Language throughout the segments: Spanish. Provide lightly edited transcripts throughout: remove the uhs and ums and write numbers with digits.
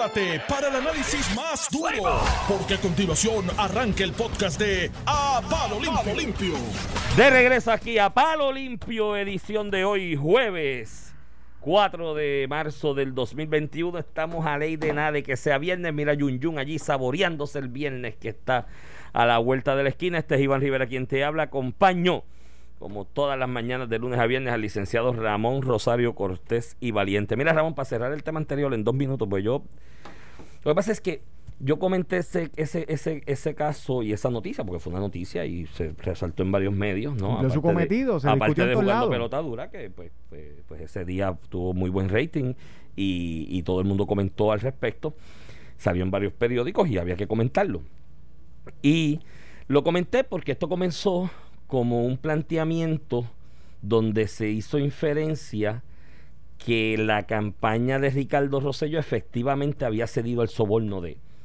Prepárate para el análisis más duro, porque a continuación arranca el podcast de A Palo Limpio. De regreso aquí a Palo Limpio, edición de hoy, jueves 4 de marzo del 2021. Estamos a ley de nada de que sea viernes. Mira, Yun allí saboreándose el viernes que está a la vuelta de la esquina. Este es Iván Rivera quien te habla. Acompaño, como todas las mañanas de lunes a viernes, al licenciado Ramón Rosario Cortés y Valiente. Mira, Ramón, para cerrar el tema anterior en 2 minutos, pues lo que pasa es que yo comenté ese caso y esa noticia, porque fue una noticia y se resaltó en varios medios, ¿no? Cumplió su cometido, se aparte discutió en de todos jugando lados. pelota dura, que pues ese día tuvo muy buen rating y todo el mundo comentó al respecto. Salió en varios periódicos y había que comentarlo. Y lo comenté porque esto comenzó como un planteamiento donde se hizo inferencia que la campaña de Ricardo Rosselló efectivamente había cedido el soborno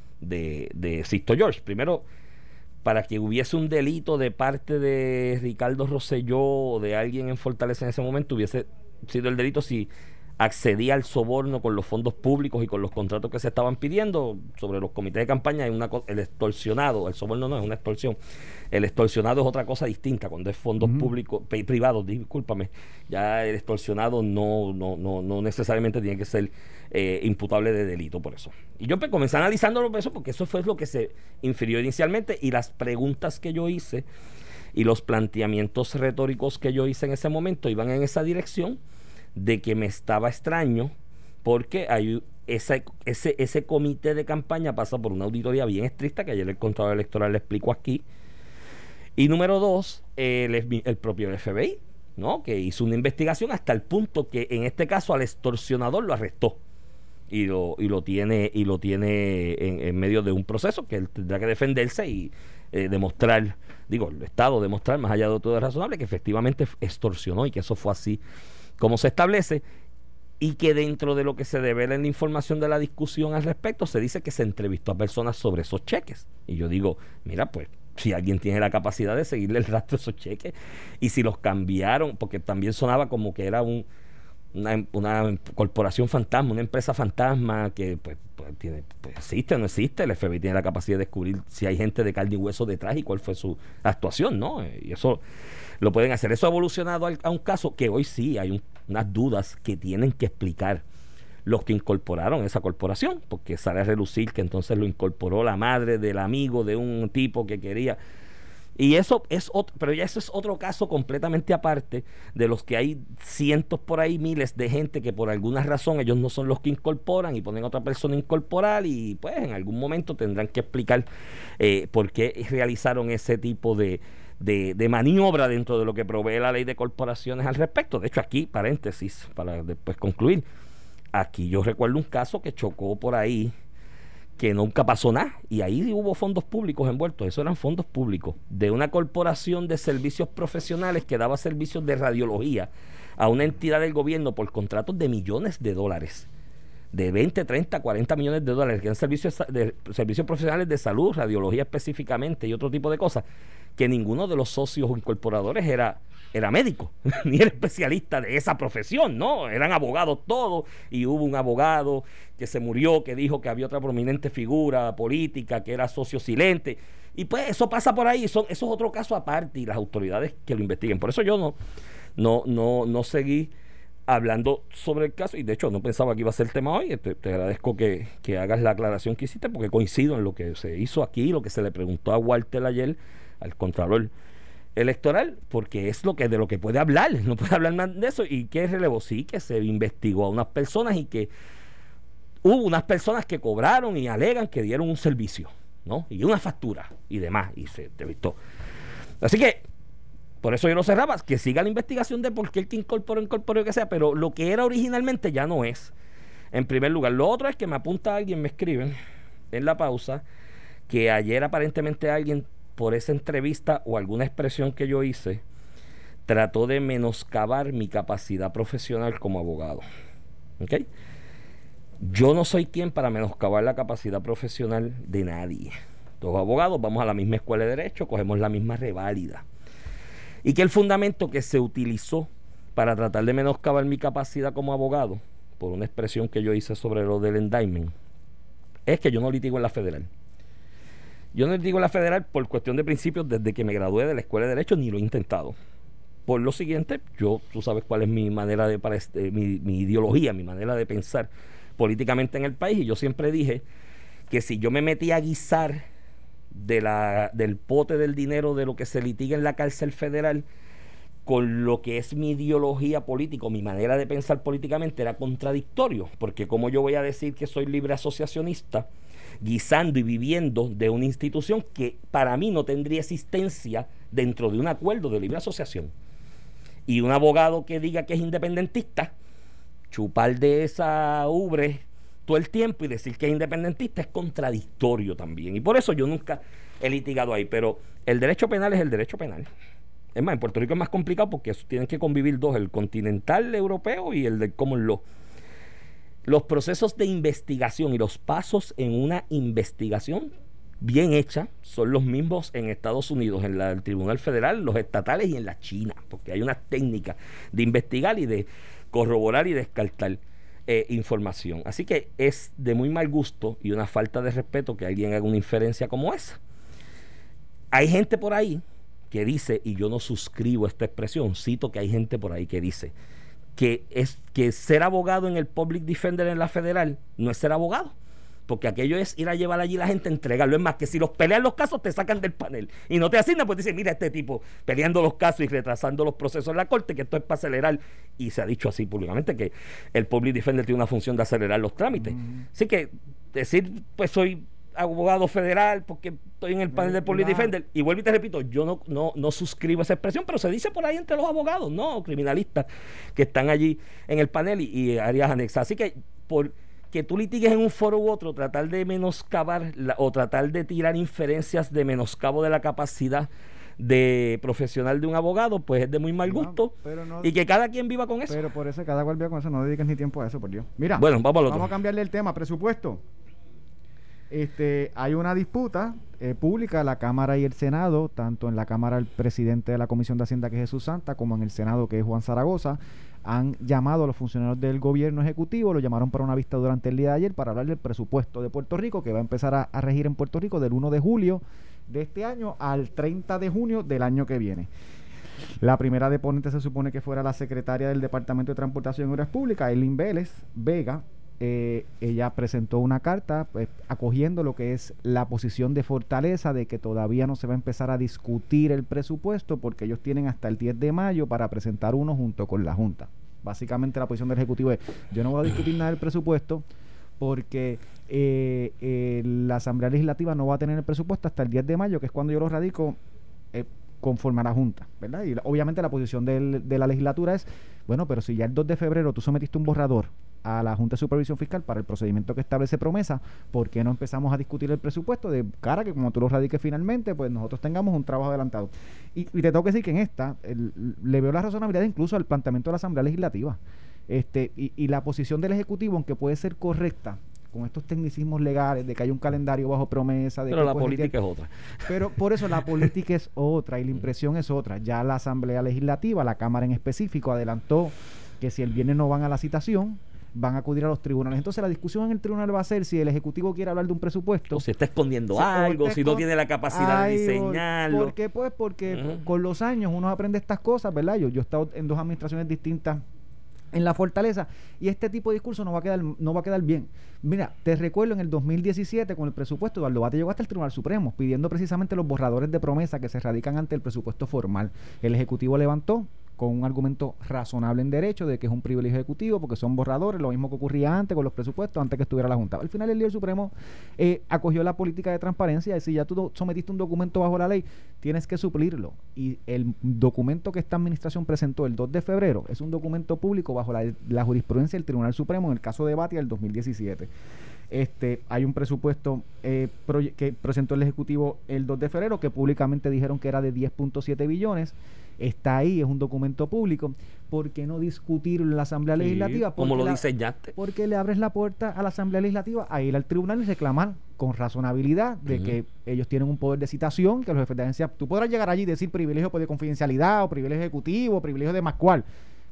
de Sisto George. Primero, para que hubiese un delito de parte de Ricardo Rosselló o de alguien en Fortaleza en ese momento, hubiese sido el delito si accedía al soborno con los fondos públicos y con los contratos que se estaban pidiendo sobre los comités de campaña. El extorsionado, el soborno no es una extorsión, el extorsionado es otra cosa distinta. Cuando es fondos públicos, privados, discúlpame, ya el extorsionado no necesariamente tiene que ser imputable de delito por eso. Y yo comencé analizándolo por eso, porque eso fue lo que se infirió inicialmente, y las preguntas que yo hice y los planteamientos retóricos que yo hice en ese momento iban en esa dirección, de que me estaba extraño, porque hay ese comité de campaña pasa por una auditoría bien estricta, que ayer el Contralor Electoral le explico aquí. Y número 2, el propio FBI, ¿no? Que hizo una investigación hasta el punto que en este caso al extorsionador lo arrestó y lo tiene en medio de un proceso que él tendrá que defenderse y demostrar, el Estado demostrar, más allá de todo es razonable, que efectivamente extorsionó y que eso fue así como se establece, y que dentro de lo que se devela en la información de la discusión al respecto, se dice que se entrevistó a personas sobre esos cheques. Y yo digo, mira, pues, si alguien tiene la capacidad de seguirle el rastro de esos cheques, y si los cambiaron, porque también sonaba como que era una corporación fantasma, una empresa fantasma que pues existe o no existe. El FBI tiene la capacidad de descubrir si hay gente de carne y hueso detrás y cuál fue su actuación, ¿no? Y eso lo pueden hacer. Eso ha evolucionado a un caso que hoy sí hay unas dudas que tienen que explicar los que incorporaron esa corporación, porque sale a relucir que entonces lo incorporó la madre del amigo de un tipo que quería. Y eso es otro, pero ya eso es otro caso completamente aparte de los que hay cientos por ahí, miles de gente que por alguna razón ellos no son los que incorporan y ponen a otra persona a incorporar, y pues en algún momento tendrán que explicar por qué realizaron ese tipo de maniobra dentro de lo que provee la ley de corporaciones al respecto. De hecho, aquí, paréntesis, para después concluir, aquí yo recuerdo un caso que chocó por ahí, que nunca pasó nada, y ahí hubo fondos públicos envueltos. Eso eran fondos públicos de una corporación de servicios profesionales que daba servicios de radiología a una entidad del gobierno por contratos de millones de dólares, de 20, 30, 40 millones de dólares, que eran servicios profesionales de salud, radiología específicamente y otro tipo de cosas, que ninguno de los socios o incorporadores era médico, ni era especialista de esa profesión, ¿no? Eran abogados todos, y hubo un abogado que se murió, que dijo que había otra prominente figura política que era socio silente, y pues eso pasa por ahí, eso es otro caso aparte, y las autoridades que lo investiguen. Por eso yo no seguí hablando sobre el caso, y de hecho no pensaba que iba a ser el tema hoy. Te agradezco que hagas la aclaración que hiciste, porque coincido en lo que se hizo aquí, lo que se le preguntó a Walter ayer, al Contralor Electoral, porque es de lo que puede hablar, no puede hablar más de eso. ¿Y qué relevó? Sí, que se investigó a unas personas y que hubo unas personas que cobraron y alegan que dieron un servicio, ¿no? Y una factura y demás, y se entrevistó. Así que por eso yo lo cerraba, que siga la investigación de por qué el que incorporó que sea, pero lo que era originalmente ya no es, en primer lugar. Lo otro es que me apunta alguien, me escriben en la pausa, que ayer aparentemente alguien, por esa entrevista o alguna expresión que yo hice, trató de menoscabar mi capacidad profesional como abogado. ¿Ok? Yo no soy quien para menoscabar la capacidad profesional de nadie. Los abogados vamos a la misma escuela de derecho, cogemos la misma reválida. Y que el fundamento que se utilizó para tratar de menoscabar mi capacidad como abogado, por una expresión que yo hice sobre lo del endowment, es que yo no litigo en la federal. Yo no litigo en la federal por cuestión de principios desde que me gradué de la Escuela de Derecho, ni lo he intentado. Por lo siguiente, tú sabes cuál es mi manera mi ideología, mi manera de pensar políticamente en el país, y yo siempre dije que si yo me metía a guisar del pote del dinero de lo que se litiga en la cárcel federal con lo que es mi ideología política, mi manera de pensar políticamente, era contradictorio, porque como yo voy a decir que soy libre asociacionista guisando y viviendo de una institución que para mí no tendría existencia dentro de un acuerdo de libre asociación, y un abogado que diga que es independentista chupar de esa ubre todo el tiempo y decir que es independentista es contradictorio también, y por eso yo nunca he litigado ahí. Pero el derecho penal es el derecho penal. Es más, en Puerto Rico es más complicado porque tienen que convivir dos, el continental europeo y el del common law. Los procesos de investigación y los pasos en una investigación bien hecha son los mismos en Estados Unidos, en el Tribunal Federal, los estatales y en la China, porque hay una técnica de investigar y de corroborar y descartar información. Así que es de muy mal gusto y una falta de respeto que alguien haga una inferencia como esa. Hay gente por ahí que dice, y yo no suscribo esta expresión, cito que hay gente por ahí que dice que ser abogado en el Public Defender en la federal no es ser abogado, porque aquello es ir a llevar allí la gente, entregarlo. Es más, que si los pelean los casos te sacan del panel y no te asignan, pues dicen, mira, este tipo peleando los casos y retrasando los procesos en la corte, que esto es para acelerar, y se ha dicho así públicamente que el Public Defender tiene una función de acelerar los trámites. Así que decir, pues soy abogado federal porque estoy en el panel del Public Defender, y vuelvo y te repito, yo no suscribo esa expresión, pero se dice por ahí entre los abogados, no criminalistas que están allí en el panel y áreas anexas. Así que por que tú litigues en un foro u otro, tratar de menoscabar o tratar de tirar inferencias de menoscabo de la capacidad de profesional de un abogado, pues es de muy mal gusto, y que cada quien viva con eso. Pero por eso cada cual viva con eso, no dediques ni tiempo a eso, por Dios. Mira, bueno, vamos a cambiarle el tema, presupuesto. Hay una disputa pública, la Cámara y el Senado, tanto en la Cámara el presidente de la Comisión de Hacienda, que es Jesús Santa, como en el Senado, que es Juan Zaragoza, han llamado a los funcionarios del gobierno ejecutivo, lo llamaron para una vista durante el día de ayer para hablar del presupuesto de Puerto Rico, que va a empezar a regir en Puerto Rico del 1 de julio de este año al 30 de junio del año que viene. La primera deponente se supone que fuera la secretaria del Departamento de Transportación y Obras Públicas, Eileen Vega. Ella presentó una carta acogiendo lo que es la posición de Fortaleza de que todavía no se va a empezar a discutir el presupuesto porque ellos tienen hasta el 10 de mayo para presentar uno junto con la Junta. Básicamente la posición del Ejecutivo es, yo no voy a discutir nada del presupuesto porque la Asamblea Legislativa no va a tener el presupuesto hasta el 10 de mayo, que es cuando yo lo radico conforme a la Junta, ¿verdad? Y obviamente la posición de la legislatura es, bueno, pero si ya el 2 de febrero tú sometiste un borrador a la Junta de Supervisión Fiscal para el procedimiento que establece promesa, ¿por qué no empezamos a discutir el presupuesto de cara a que como tú lo radiques finalmente, pues nosotros tengamos un trabajo adelantado? Y te tengo que decir que en esta le veo la razonabilidad incluso al planteamiento de la Asamblea Legislativa, y la posición del Ejecutivo, aunque puede ser correcta con estos tecnicismos legales de que hay un calendario bajo promesa, de pero que la política es otra. Pero por eso la política es otra y la impresión es otra. Ya la Asamblea Legislativa, la Cámara en específico, adelantó que si el viernes no van a la citación, van a acudir a los tribunales. Entonces la discusión en el tribunal va a ser si el Ejecutivo quiere hablar de un presupuesto, o si está escondiendo algo, si no tiene la capacidad de diseñarlo. ¿Por qué? Pues porque con los años uno aprende estas cosas, ¿verdad? Yo he estado en dos administraciones distintas en la Fortaleza, y este tipo de discurso no va a quedar bien. Mira, te recuerdo en el 2017 con el presupuesto, Eduardo Batia llegó hasta el Tribunal Supremo pidiendo precisamente los borradores de promesa que se radican ante el presupuesto formal. El Ejecutivo levantó con un argumento razonable en derecho de que es un privilegio ejecutivo porque son borradores, lo mismo que ocurría antes con los presupuestos, antes que estuviera la Junta. Al final el líder supremo acogió la política de transparencia, y si ya tú sometiste un documento bajo la ley, tienes que suplirlo. Y el documento que esta administración presentó el 2 de febrero es un documento público bajo la jurisprudencia del Tribunal Supremo en el caso de Batia del 2017. Hay un presupuesto que presentó el Ejecutivo el 2 de febrero que públicamente dijeron que era de 10.7 billones. Está ahí, es un documento público. ¿Por qué no discutirlo en la Asamblea Legislativa? Como lo diseñaste. Porque le abres la puerta a la Asamblea Legislativa a ir al tribunal y reclamar con razonabilidad de que ellos tienen un poder de citación, que los jefes de agencia, tú podrás llegar allí y decir privilegio de confidencialidad o privilegio ejecutivo o privilegio de más cual,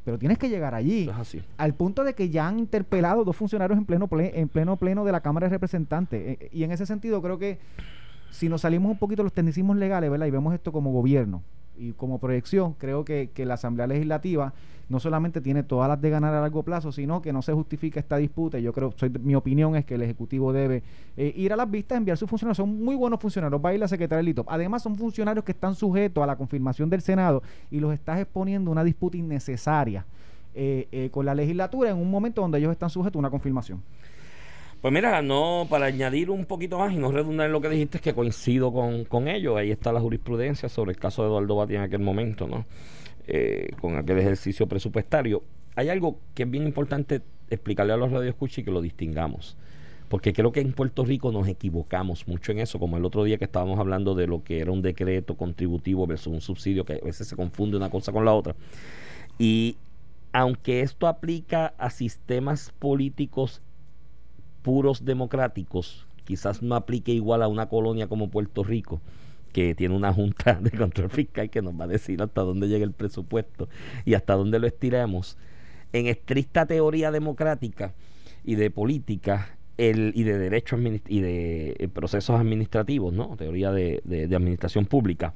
pero tienes que llegar allí. Eso es así. Al punto de que ya han interpelado 2 funcionarios en pleno pleno de la Cámara de Representantes. Y en ese sentido creo que si nos salimos un poquito de los tecnicismos legales, ¿verdad?, y vemos esto como gobierno y como proyección, creo que la Asamblea Legislativa no solamente tiene todas las de ganar a largo plazo, sino que no se justifica esta disputa. Yo creo, mi opinión es que el Ejecutivo debe ir a las vistas, enviar sus funcionarios. Son muy buenos funcionarios, va a ir la secretaria del ITOP. Además, son funcionarios que están sujetos a la confirmación del Senado y los estás exponiendo a una disputa innecesaria con la legislatura en un momento donde ellos están sujetos a una confirmación. Pues mira, no, para añadir un poquito más y no redundar en lo que dijiste, es que coincido con ello. Ahí está la jurisprudencia sobre el caso de Eduardo Batia en aquel momento, ¿no? Con aquel ejercicio presupuestario. Hay algo que es bien importante explicarle a los radioescuchas y que lo distingamos, porque creo que en Puerto Rico nos equivocamos mucho en eso, como el otro día que estábamos hablando de lo que era un decreto contributivo versus un subsidio, que a veces se confunde una cosa con la otra. Y aunque esto aplica a sistemas políticos puros democráticos, quizás no aplique igual a una colonia como Puerto Rico, que tiene una junta de control fiscal que nos va a decir hasta dónde llega el presupuesto y hasta dónde lo estiremos. En estricta teoría democrática y de política y de derecho y de procesos administrativos, ¿no? Teoría de administración pública,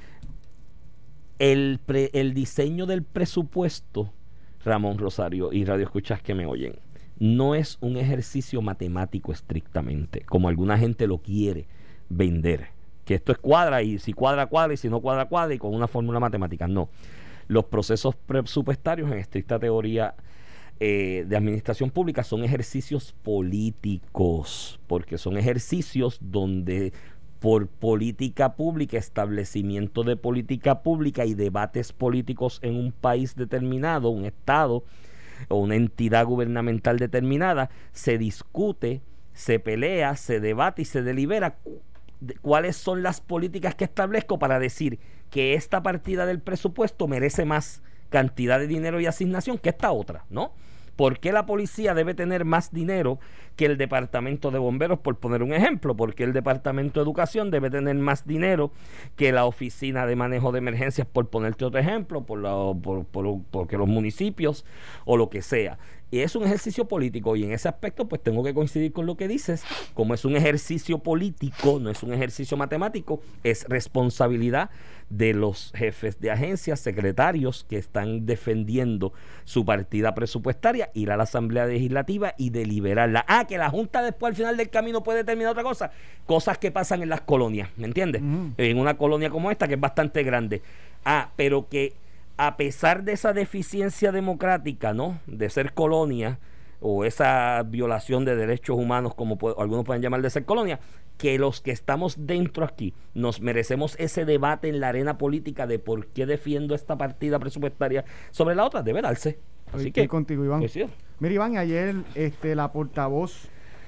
el diseño del presupuesto, Ramón, Rosario y radioescuchas que me oyen, no es un ejercicio matemático estrictamente, como alguna gente lo quiere vender, que esto es cuadra y si cuadra, cuadra y si no cuadra, cuadra y con una fórmula matemática. No, los procesos presupuestarios en estricta teoría de administración pública son ejercicios políticos, porque son ejercicios donde por política pública, establecimiento de política pública y debates políticos en un país determinado, un estado o una entidad gubernamental determinada, se discute, se pelea, se debate y se delibera cuáles son las políticas que establezco para decir que esta partida del presupuesto merece más cantidad de dinero y asignación que esta otra, ¿no? ¿Por qué la policía debe tener más dinero que el departamento de bomberos, por poner un ejemplo? ¿Por qué el departamento de educación debe tener más dinero que la oficina de manejo de emergencias, por ponerte otro ejemplo, porque los municipios o lo que sea? Y es un ejercicio político, y en ese aspecto pues tengo que coincidir con lo que dices. Como es un ejercicio político, no es un ejercicio matemático, es responsabilidad de los jefes de agencias, secretarios que están defendiendo su partida presupuestaria, ir a la Asamblea Legislativa y deliberarla. Que la Junta después al final del camino puede determinar otra cosa, cosas que pasan en las colonias, ¿me entiendes? En una colonia como esta que es bastante grande. Pero que a pesar de esa deficiencia democrática, ¿no?, de ser colonia, o esa violación de derechos humanos, como algunos pueden llamar de ser colonia, que los que estamos dentro aquí nos merecemos ese debate en la arena política de por qué defiendo esta partida presupuestaria sobre la otra, debe darse. Así que estoy contigo, Iván. Pues sí. Mira, Iván, ayer la portavoz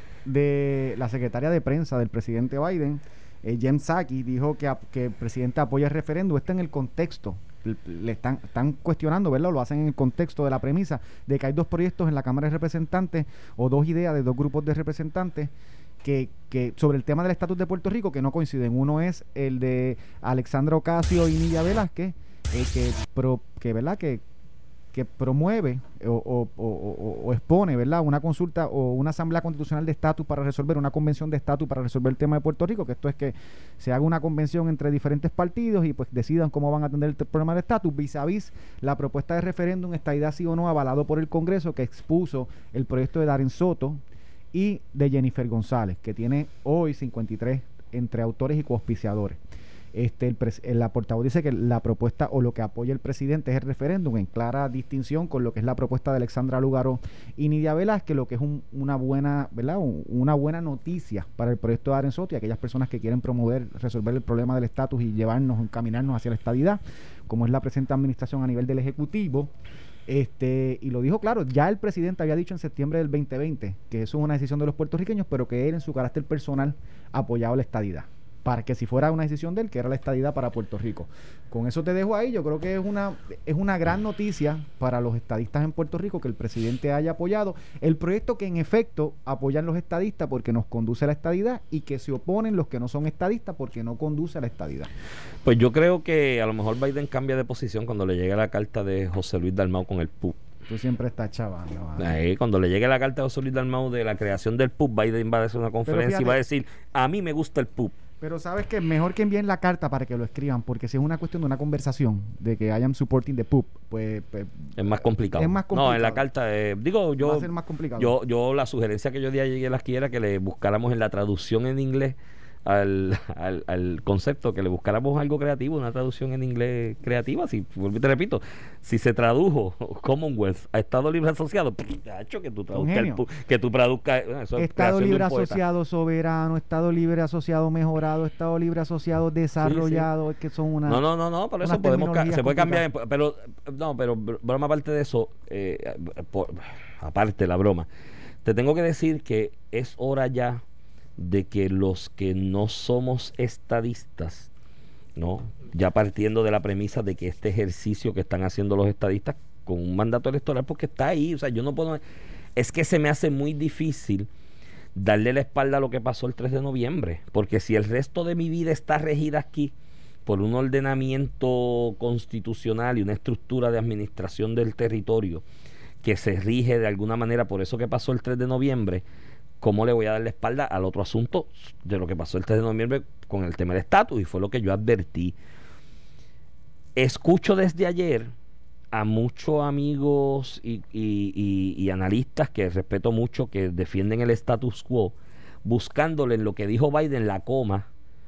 de la secretaria de prensa del presidente Biden, Jen Psaki, dijo que el presidente apoya el referéndum. Está en el contexto. Le están cuestionando, ¿verdad? Lo hacen en el contexto de la premisa de que hay 2 proyectos en la Cámara de Representantes, o 2 ideas de 2 grupos de representantes que sobre el tema del estatus de Puerto Rico que no coinciden. Uno es el de Alexandra Ocasio y Nidia Velázquez, que promueve o expone, ¿verdad?, una consulta o una asamblea constitucional de estatus para resolver, una convención de estatus para resolver el tema de Puerto Rico, que esto es que se haga una convención entre diferentes partidos y pues decidan cómo van a atender el problema de estatus, vis a vis la propuesta de referéndum, estadidad sí o no, avalado por el Congreso, que expuso el proyecto de Darren Soto y de Jennifer González, que tiene hoy 53 entre autores y coauspiciadores. La portavoz dice que la propuesta o lo que apoya el presidente es el referéndum, en clara distinción con lo que es la propuesta de Alexandra Lugaro y Nidia Velázquez, lo que es una buena, ¿verdad?, una buena noticia para el proyecto de Darren Soto y aquellas personas que quieren resolver el problema del estatus y encaminarnos hacia la estadidad, como es la presente administración a nivel del Ejecutivo. Y lo dijo claro, ya el presidente había dicho en septiembre del 2020 que eso es una decisión de los puertorriqueños, pero que él en su carácter personal apoyaba la estadidad. para que si fuera una decisión de él, que era la estadidad para Puerto Rico. Con eso te dejo ahí. Yo creo que es una gran noticia para los estadistas en Puerto Rico que el presidente haya apoyado el proyecto que en efecto apoyan los estadistas porque nos conduce a la estadidad, y que se oponen los que no son estadistas porque no conduce a la estadidad. Pues yo creo que a lo mejor Biden cambia de posición cuando le llegue la carta de José Luis Dalmau con el PUB. Tú siempre estás chavando. Ahí, cuando le llegue la carta de José Luis Dalmau de la creación del PUB, Biden va a hacer una conferencia, fíjate, y va a decir, a mí me gusta el PUB. Pero sabes que mejor que envíen la carta para que lo escriban, porque si es una cuestión de una conversación de que I am supporting the PUB, pues es más complicado. Es más complicado. No, en la carta, yo va a ser más complicado. Yo la sugerencia que yo di ayer aquí era que le buscáramos en la traducción en inglés al concepto, que le buscáramos algo creativo, una traducción en inglés creativa. Si, te repito, si se tradujo Commonwealth a Estado Libre Asociado, que tú traduzcas que tú traduzcas Estado Libre Asociado Soberano, Estado Libre Asociado Mejorado, Estado Libre Asociado Desarrollado, sí. Es que son una no, pero eso se puede cambiar, pero broma aparte de eso, aparte de la broma, te tengo que decir que es hora ya de que los que no somos estadistas, ¿no? Ya partiendo de la premisa de que este ejercicio que están haciendo los estadistas con un mandato electoral, porque está ahí, o sea, yo no puedo, es que se me hace muy difícil darle la espalda a lo que pasó el 3 de noviembre, porque si el resto de mi vida está regida aquí por un ordenamiento constitucional y una estructura de administración del territorio que se rige de alguna manera por eso que pasó el 3 de noviembre, ¿cómo le voy a dar la espalda al otro asunto de lo que pasó el 3 de noviembre con el tema del estatus? Y fue lo que yo advertí. Escucho desde ayer a muchos amigos y analistas que respeto mucho, que defienden el status quo, buscándole en lo que dijo Biden la coma,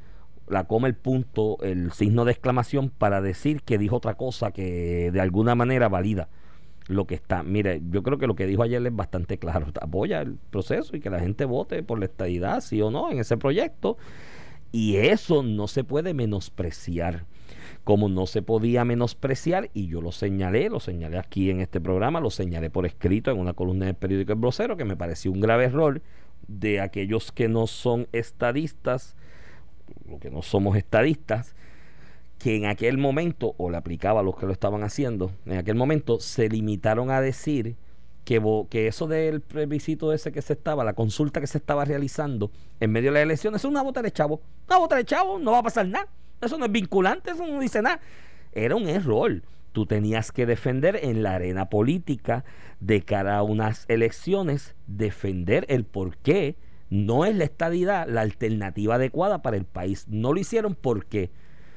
el punto, el signo de exclamación, para decir que dijo otra cosa que de alguna manera valida lo que está. Mire, yo creo que lo que dijo ayer es bastante claro. Apoya el proceso y que la gente vote por la estadidad, sí o no, en ese proyecto. Y eso no se puede menospreciar. Como no se podía menospreciar, y yo lo señalé aquí en este programa, lo señalé por escrito en una columna del periódico El Vocero, que me pareció un grave error de aquellos que no son estadistas, o que no somos estadistas, que en aquel momento, o le aplicaba a los que lo estaban haciendo, en aquel momento se limitaron a decir que eso del plebiscito ese que la consulta que se estaba realizando en medio de las elecciones, es una bota de chavo, no va a pasar nada, eso no es vinculante, eso no dice nada. Era un error. Tú tenías que defender en la arena política de cara a unas elecciones, defender el por qué no es la estadidad la alternativa adecuada para el país. No lo hicieron porque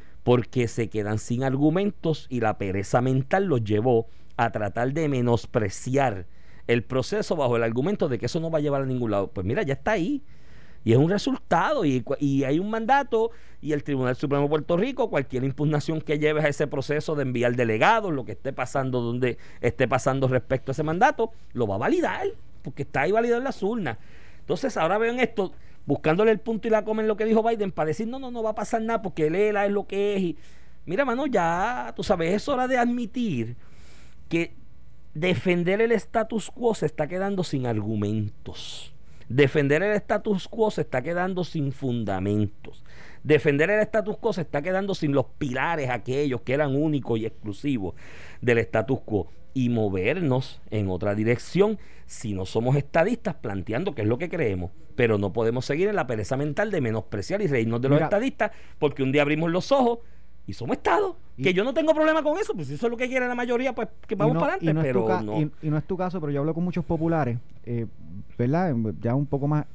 se quedan sin argumentos y la pereza mental los llevó a tratar de menospreciar el proceso bajo el argumento de que eso no va a llevar a ningún lado. Pues mira, ya está ahí y es un resultado y hay un mandato, y el Tribunal Supremo de Puerto Rico, cualquier impugnación que lleves a ese proceso de enviar delegados, lo que esté pasando, donde esté pasando respecto a ese mandato, lo va a validar, porque está ahí validado en las urnas. Entonces ahora veo en esto, buscándole el punto y la coma en lo que dijo Biden, para decir no va a pasar nada porque él es lo que es. Y mira, mano, ya tú sabes, es hora de admitir que defender el status quo se está quedando sin argumentos. Defender el status quo se está quedando sin fundamentos. Defender el status quo se está quedando sin los pilares aquellos que eran únicos y exclusivos del status quo. Y movernos en otra dirección si no somos estadistas, planteando qué es lo que creemos, pero no podemos seguir en la pereza mental de menospreciar y reírnos de los estadistas, porque un día abrimos los ojos y somos estados, que yo no tengo problema con eso, pues si eso es lo que quiere la mayoría, pues que vamos para adelante, pero no. Y no es tu caso, pero yo hablo con muchos populares, ¿verdad? Ya un poco más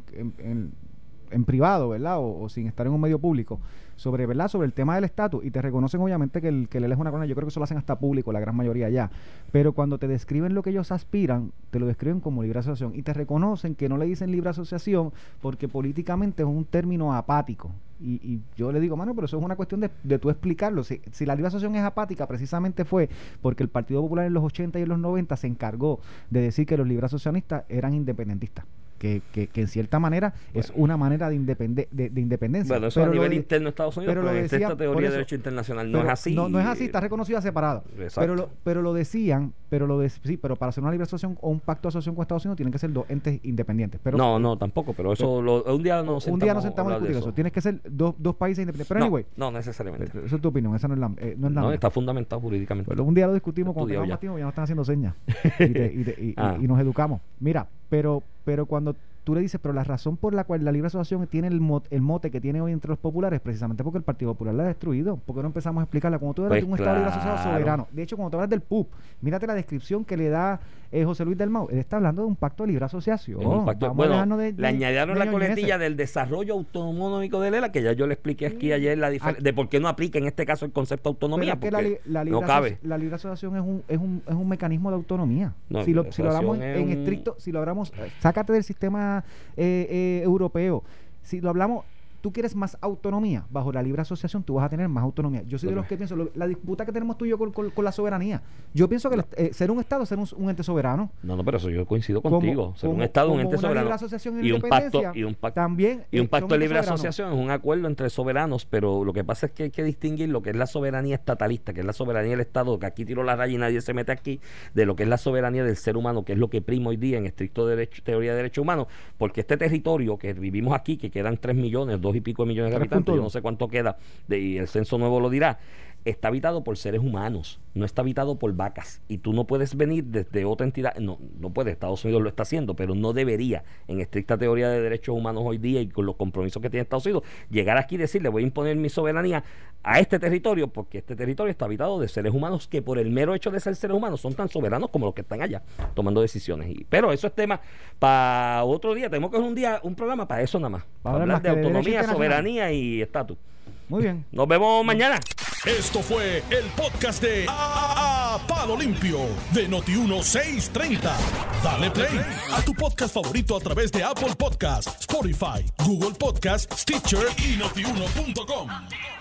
en privado, ¿verdad? O sin estar en un medio público, sobre el tema del estatus, y te reconocen obviamente que el es una corona. Yo creo que eso lo hacen hasta público, la gran mayoría ya, pero cuando te describen lo que ellos aspiran, te lo describen como libre asociación, y te reconocen que no le dicen libre asociación porque políticamente es un término apático, y yo le digo, mano, pero eso es una cuestión de tú explicarlo. Si la libre asociación es apática, precisamente fue porque el Partido Popular en los 80 y en los 90 se encargó de decir que los libre asociacionistas eran independentistas. que en cierta manera es una manera de independencia. Bueno, eso pero a nivel interno de Estados Unidos, pero esta teoría de derecho internacional no es así. No es así, está reconocida separada. Pero lo decían, pero para hacer una libre asociación o un pacto de asociación con Estados Unidos tienen que ser dos entes independientes. Pero, no, tampoco, pero eso un día nos sentamos a discutir eso. Tienes que ser dos países independientes. Pero anyway. No necesariamente. Esa es tu opinión, esa no es la no, está fundamentado jurídicamente. Pero un día lo discutimos cuando tengamos más tiempo, ya nos están haciendo señas y nos educamos. Mira, pero cuando tú le dices, pero la razón por la cual la libre asociación tiene el mote que tiene hoy entre los populares, precisamente porque el Partido Popular la ha destruido. ¿Por qué no empezamos a explicarla? Como tú eres un Estado libre asociado soberano. De hecho, cuando tú hablas del PUB, mírate la descripción que le da José Luis Dalmau. Él está hablando de un pacto de libre asociación. Le añadieron la coletilla del desarrollo autonómico de Lela, que ya yo le expliqué aquí ayer de por qué no aplica en este caso el concepto de autonomía, porque no cabe. La libre asociación es un mecanismo de autonomía. Si lo hablamos en estricto, si lo hablamos, sácate del sistema europeo. Si lo hablamos, tú quieres más autonomía, bajo la libre asociación tú vas a tener más autonomía. Yo soy de los que pienso, la disputa que tenemos tú y yo con la soberanía, yo pienso que ser un Estado, ser un ente soberano. No, pero eso yo coincido contigo. Ser un Estado, un ente soberano. Y un pacto de libre asociación es un acuerdo entre soberanos, pero lo que pasa es que hay que distinguir lo que es la soberanía estatalista, que es la soberanía del Estado, que aquí tiro la raya y nadie se mete aquí, de lo que es la soberanía del ser humano, que es lo que prima hoy día en estricto teoría de derechos humanos, porque este territorio que vivimos aquí, que quedan 3 millones, 2 y pico de millones de habitantes, yo no sé cuánto queda, y el censo nuevo lo dirá, está habitado por seres humanos, no está habitado por vacas, y tú no puedes venir desde otra entidad, no puede, Estados Unidos lo está haciendo, pero no debería, en estricta teoría de derechos humanos hoy día y con los compromisos que tiene Estados Unidos, llegar aquí y decirle, voy a imponer mi soberanía a este territorio, porque este territorio está habitado de seres humanos que por el mero hecho de ser seres humanos son tan soberanos como los que están allá, tomando decisiones. Pero eso es tema para otro día, tenemos que hacer un programa para eso nada más, para hablar de autonomía, soberanía y estatus. Muy bien. Nos vemos mañana. Esto fue el podcast de A Palo Limpio de Noti1630. Dale play a tu podcast favorito a través de Apple Podcasts, Spotify, Google Podcasts, Stitcher y Notiuno.com.